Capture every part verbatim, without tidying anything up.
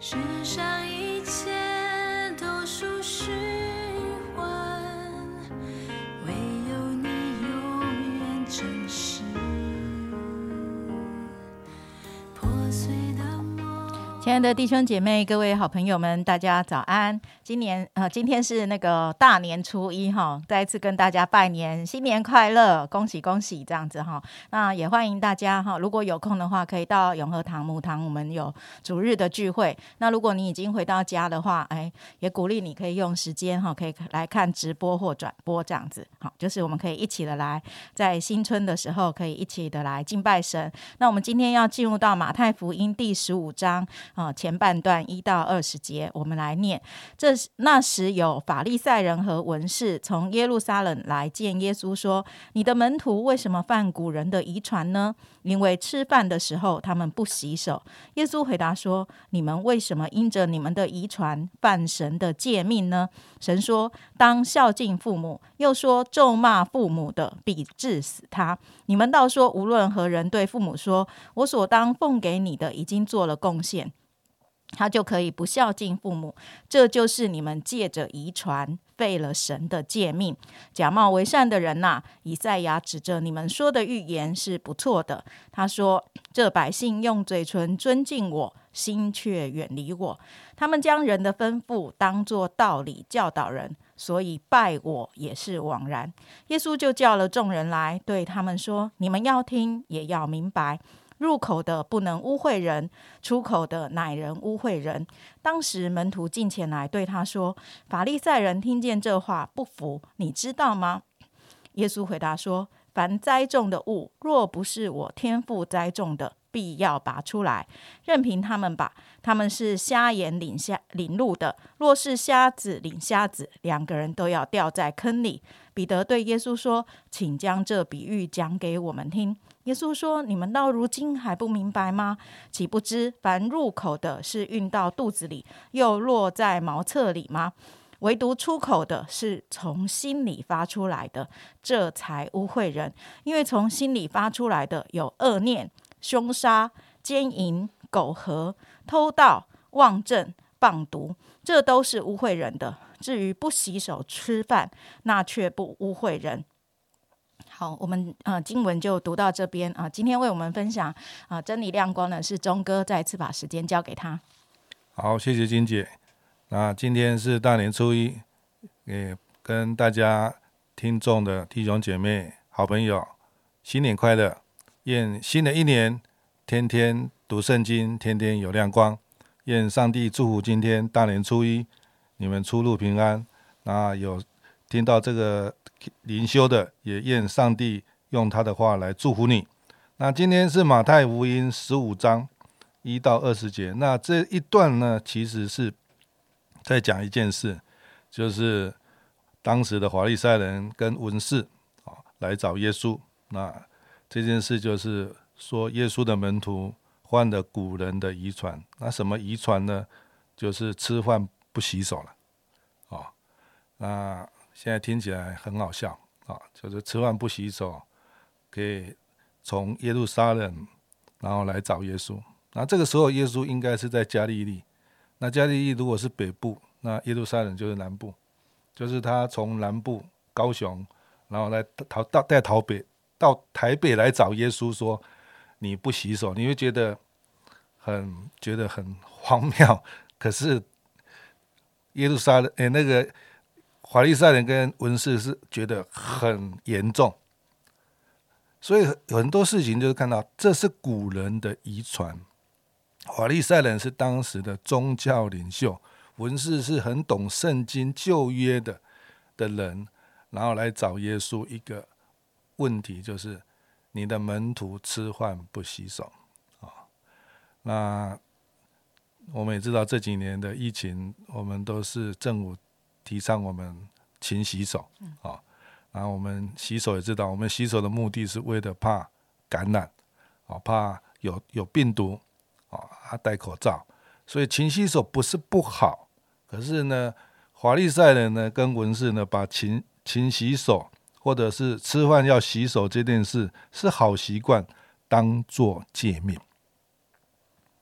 世上一切都属虚幻，唯有你永远真实。破碎的梦， 亲爱的弟兄姐妹，各位好朋友们，大家早安！今年呃，今天是那个大年初一哈，再一次跟大家拜年，新年快乐，恭喜恭喜这样子哈。那也欢迎大家哈，如果有空的话，可以到永和堂母堂，我们有主日的聚会。那如果你已经回到家的话，哎，也鼓励你可以用时间哈，可以来看直播或转播这样子。好，就是我们可以一起的来，在新春的时候可以一起的来敬拜神。那我们今天要进入到马太福音第十五章啊、呃、前半段一到二十节，我们来念。这那时有法利赛人和文士从耶路撒冷来见耶稣，说：你的门徒为什么犯古人的遗传呢？因为吃饭的时候他们不洗手。耶稣回答说：你们为什么因着你们的遗传犯神的诫命呢？神说：当孝敬父母，又说咒骂父母的必治死他。你们倒说无论何人对父母说，我所当奉给你的已经做了贡献，他就可以不孝敬父母，这就是你们借着遗传废了神的诫命。假冒为善的人啊，以赛亚指着你们说的预言是不错的。他说：这百姓用嘴唇尊敬我，心却远离我。他们将人的吩咐当作道理教导人，所以拜我也是枉然。耶稣就叫了众人来，对他们说：你们要听，也要明白。入口的不能污秽人，出口的乃人污秽人。当时门徒进前来对他说：法利赛人听见这话不服，你知道吗？耶稣回答说：凡栽种的物，若不是我天父栽种的，必要拔出来，任凭他们吧。他们是瞎眼领瞎领路的，若是瞎子领瞎子，两个人都要掉在坑里。彼得对耶稣说：请将这比喻讲给我们听。耶稣说：你们到如今还不明白吗？岂不知凡入口的是运到肚子里，又落在茅厕里吗？唯独出口的是从心里发出来的，这才污秽人。因为从心里发出来的有恶念、凶杀、奸淫、苟合、偷盗、妄证、谤读，这都是污秽人的。至于不洗手吃饭，那却不污秽人。好，我们呃经文就读到这边啊、呃。今天为我们分享啊、呃、真理亮光的是钟哥，再次把时间交给他。 好，谢谢金姐。那今天是大年初一，也跟大家听众的弟兄姐妹、好朋友，新年快乐！愿新的一年天天读圣经，天天有亮光。愿上帝祝福今天大年初一，你们出入平安。那有听到这个灵修的，也愿上帝用他的话来祝福你。那今天是马太福音十五章一到二十节，那这一段呢，其实是在讲一件事，就是当时的法利赛人跟文士来找耶稣。那这件事就是说，耶稣的门徒患了古人的遗传。那什么遗传呢？就是吃饭不洗手了。哦，那现在听起来很好笑啊，就是吃饭不洗手，可以从耶路撒冷然后来找耶稣。那这个时候耶稣应该是在加利利。那加利利如果是北部，那耶路撒冷就是南部，就是他从南部高雄，然后来逃到带台北到台北来找耶稣，说你不洗手，你会觉得很觉得很荒谬。可是耶路撒冷诶，那个法利赛人跟文士是觉得很严重，所以很多事情就是看到这是古人的遗传。法利赛人是当时的宗教领袖，文士是很懂圣经旧约 的, 的人，然后来找耶稣一个问题，就是你的门徒吃饭不洗手、哦、那我们也知道这几年的疫情，我们都是政府提倡我们勤洗手、哦、然后我们洗手也知道，我们洗手的目的是为了怕感染、哦、怕 有, 有病毒、哦、啊戴口罩，所以勤洗手不是不好。可是呢，法利赛人呢跟文士呢把勤勤洗手或者是吃饭要洗手这件事是好习惯当作诫命。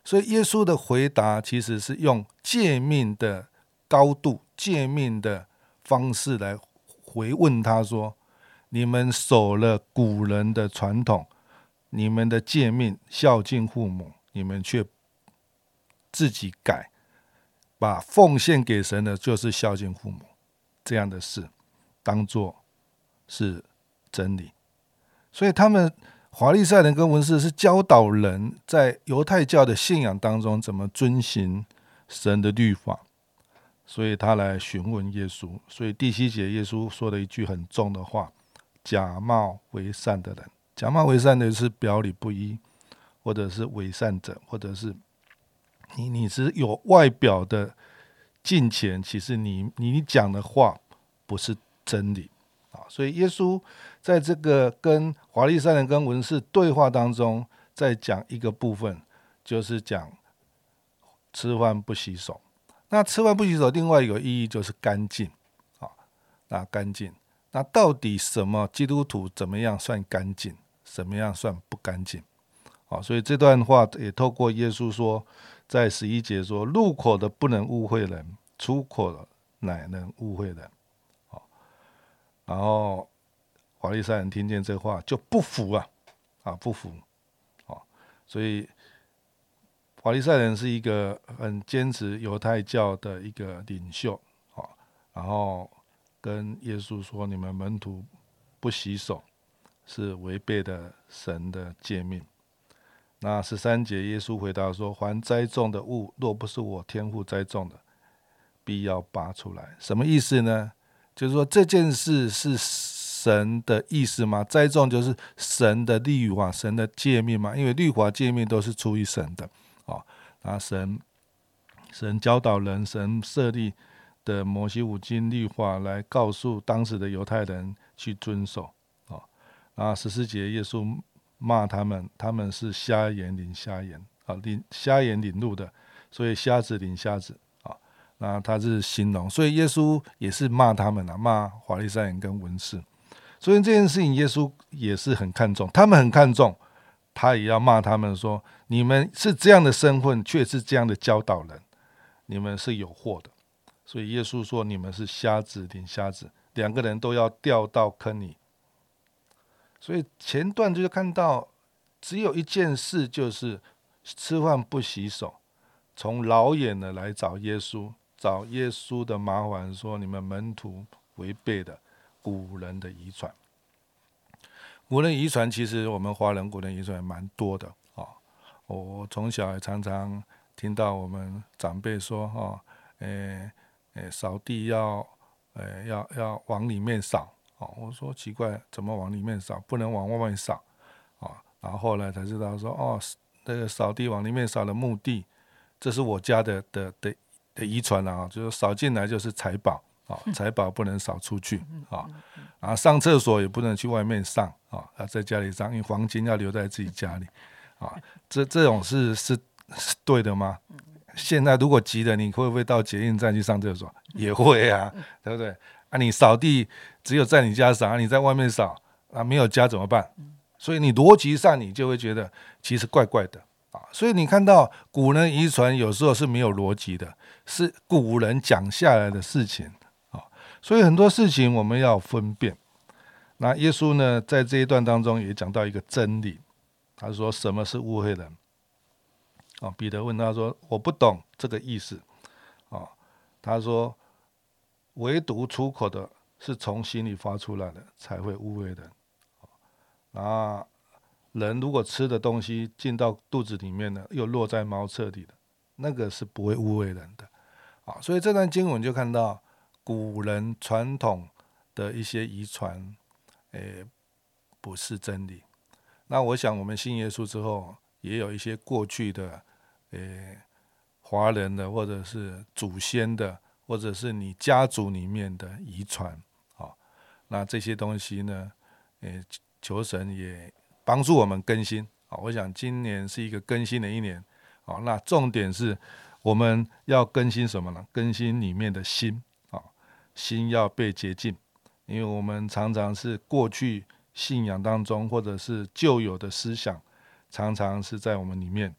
所以耶稣的回答其实是用诫命的高度、诫命的方式来回问他说：你们守了古人的传统，你们的诫命孝敬父母，你们却自己改，把奉献给神的就是孝敬父母这样的事当作是真理。所以他们法利赛人跟文士是教导人在犹太教的信仰当中怎么遵行神的律法，所以他来询问耶稣。所以第七节耶稣说了一句很重的话：假冒为善的人。假冒为善的是表里不一，或者是伪善者，或者是你你是有外表的敬虔，其实你你讲的话不是真理。所以耶稣在这个跟法利赛人跟文士对话当中，在讲一个部分，就是讲吃饭不洗手。那吃饭不洗手另外一个意义就是干净。那干净，那到底什么基督徒怎么样算干净，什么样算不干净？所以这段话也透过耶稣说，在十一节说：入口的不能误会人，出口的乃能误会人。然后法利赛人听见这话就不服啊，啊不服，啊，所以法利赛人是一个很坚持犹太教的一个领袖，啊，然后跟耶稣说：你们门徒不洗手是违背了神的诫命。那十三节耶稣回答说：凡栽种的物，若不是我天父栽种的，必要拔出来。什么意思呢？就是说这件事是神的意思吗？栽种就是神的律法、神的诫命吗？因为律法诫命都是出于神的，哦，那神神教导人，神设立的摩西五经律法来告诉当时的犹太人去遵守，哦，那十四节耶稣骂他们，他们是瞎眼领瞎眼，啊，领瞎眼领路的，所以瞎子领瞎子。那他是形容，所以耶稣也是骂他们啊，骂法利赛人跟文士。所以这件事情耶稣也是很看重，他们很看重，他也要骂他们说：你们是这样的身份，却是这样的教导人，你们是有祸的。所以耶稣说：你们是瞎子领瞎子，两个人都要掉到坑里。所以前段就看到只有一件事，就是吃饭不洗手，从老远的来找耶稣，找耶稣的麻烦，说你们门徒违背的古人的遗传。古人遗传其实我们华人古人遗传蛮多的，哦，我从小也常常听到我们长辈说，哦，诶诶，扫地要诶要要往里面扫，哦，我说奇怪，怎么往里面扫？不能往外面扫，哦，然后后来才知道说，哦，这个扫地往里面扫的目的，这是我家的的的。的遗传啊，就是扫进来就是财宝啊，财宝不能扫出去啊，然后上厕所也不能去外面上啊，要在家里上，因为黄金要留在自己家里啊，这这种是是是对的吗？现在如果急了，你会不会到捷运站去上厕所？也会啊，对不对？啊，你扫地只有在你家扫，啊、你在外面扫啊，没有家怎么办？所以你逻辑上你就会觉得其实怪怪的。所以你看到古人遗传有时候是没有逻辑的，是古人讲下来的事情，所以很多事情我们要分辨。那耶稣呢，在这一段当中也讲到一个真理，他说什么是误会人？彼得问他说：我不懂这个意思。他说唯独出口的是从心里发出来的，才会误会人。那人如果吃的东西进到肚子里面呢，又落在茅厕里的，那个是不会污秽人的。啊，所以这段经文就看到古人传统的一些遗传，诶，不是真理。那我想我们信耶稣之后，也有一些过去的，诶，华人的或者是祖先的，或者是你家族里面的遗传。啊，那这些东西呢，诶，求神也帮助我们更新。我想今年是一个更新的一年，那重点是我们要更新什么呢？更新里面的心，心要被洁净，因为我们常常是过去信仰当中或者是旧有的思想，常常是在我们里面，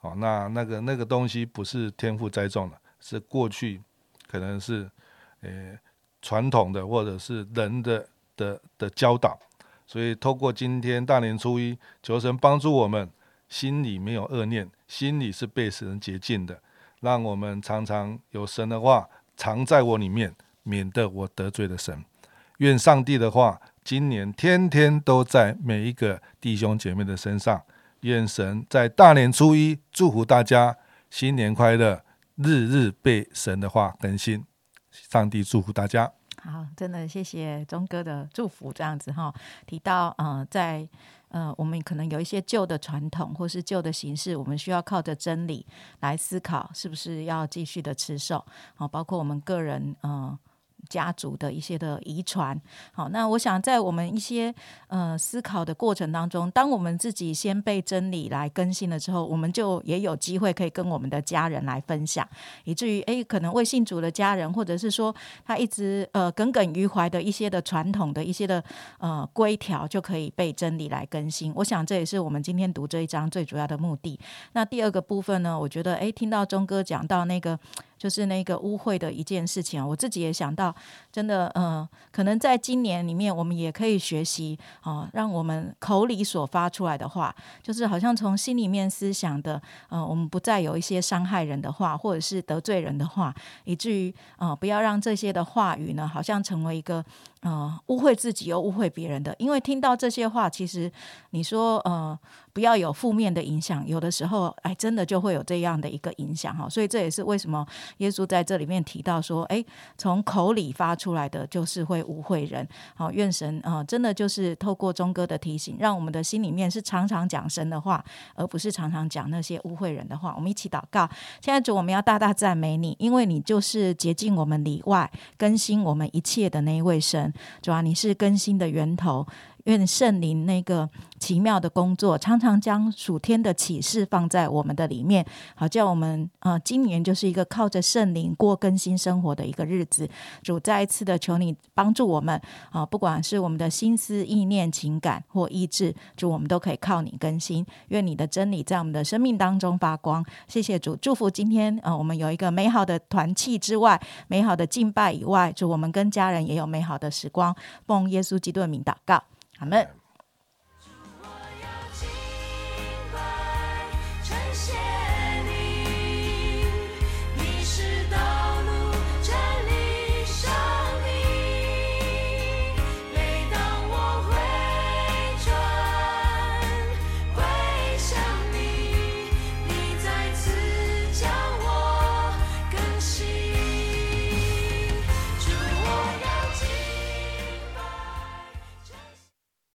哦，那那个那个东西不是天父栽种的，是过去可能是呃传统的或者是人的的的教导。所以透过今天大年初一，求神帮助我们心里没有恶念，心里是被神洁净的，让我们常常有神的话藏在我里面，免得我得罪了神。愿上帝的话今年天天都在每一个弟兄姐妹的身上。愿神在大年初一祝福大家新年快乐，日日被神的话更新。上帝祝福大家。 好，真的谢谢钟哥的祝福。这样子哈，提到呃，在呃，我们可能有一些旧的传统或是旧的形式，我们需要靠着真理来思考，是不是要继续的持守。好，包括我们个人呃。家族的一些的遗传。好，那我想在我们一些呃思考的过程当中，当我们自己先被真理来更新了之后，我们就也有机会可以跟我们的家人来分享，以至于诶可能未信主的家人，或者是说他一直呃耿耿于怀的一些的传统的一些的呃规条，就可以被真理来更新。我想这也是我们今天读这一章最主要的目的。那第二个部分呢，我觉得诶听到钟哥讲到那个就是那个污秽的一件事情，我自己也想到真的呃，可能在今年里面我们也可以学习、呃、让我们口里所发出来的话，就是好像从心里面思想的呃，我们不再有一些伤害人的话，或者是得罪人的话，以至于呃，不要让这些的话语呢好像成为一个呃污秽自己又污秽别人的。因为听到这些话，其实你说呃不要有负面的影响，有的时候哎真的就会有这样的一个影响。所以这也是为什么耶稣在这里面提到说，哎，从口里发出来的就是会污秽人。好，愿神呃真的就是透过钟哥的提醒，让我们的心里面是常常讲神的话，而不是常常讲那些污秽人的话。我们一起祷告。现在主，我们要大大赞美你，因为你就是洁净我们里外，更新我们一切的那一位神。主啊，你是更新的源头。愿圣灵那个奇妙的工作常常将属天的启示放在我们的里面，好叫我们呃今年就是一个靠着圣灵过更新生活的一个日子。主再一次的求你帮助我们、呃、不管是我们的心思意念情感或意志，主我们都可以靠你更新。愿你的真理在我们的生命当中发光。谢谢主，祝福今天、呃、我们有一个美好的团契之外，美好的敬拜以外，主我们跟家人也有美好的时光。奉耶稣基督的名祷告，阿们。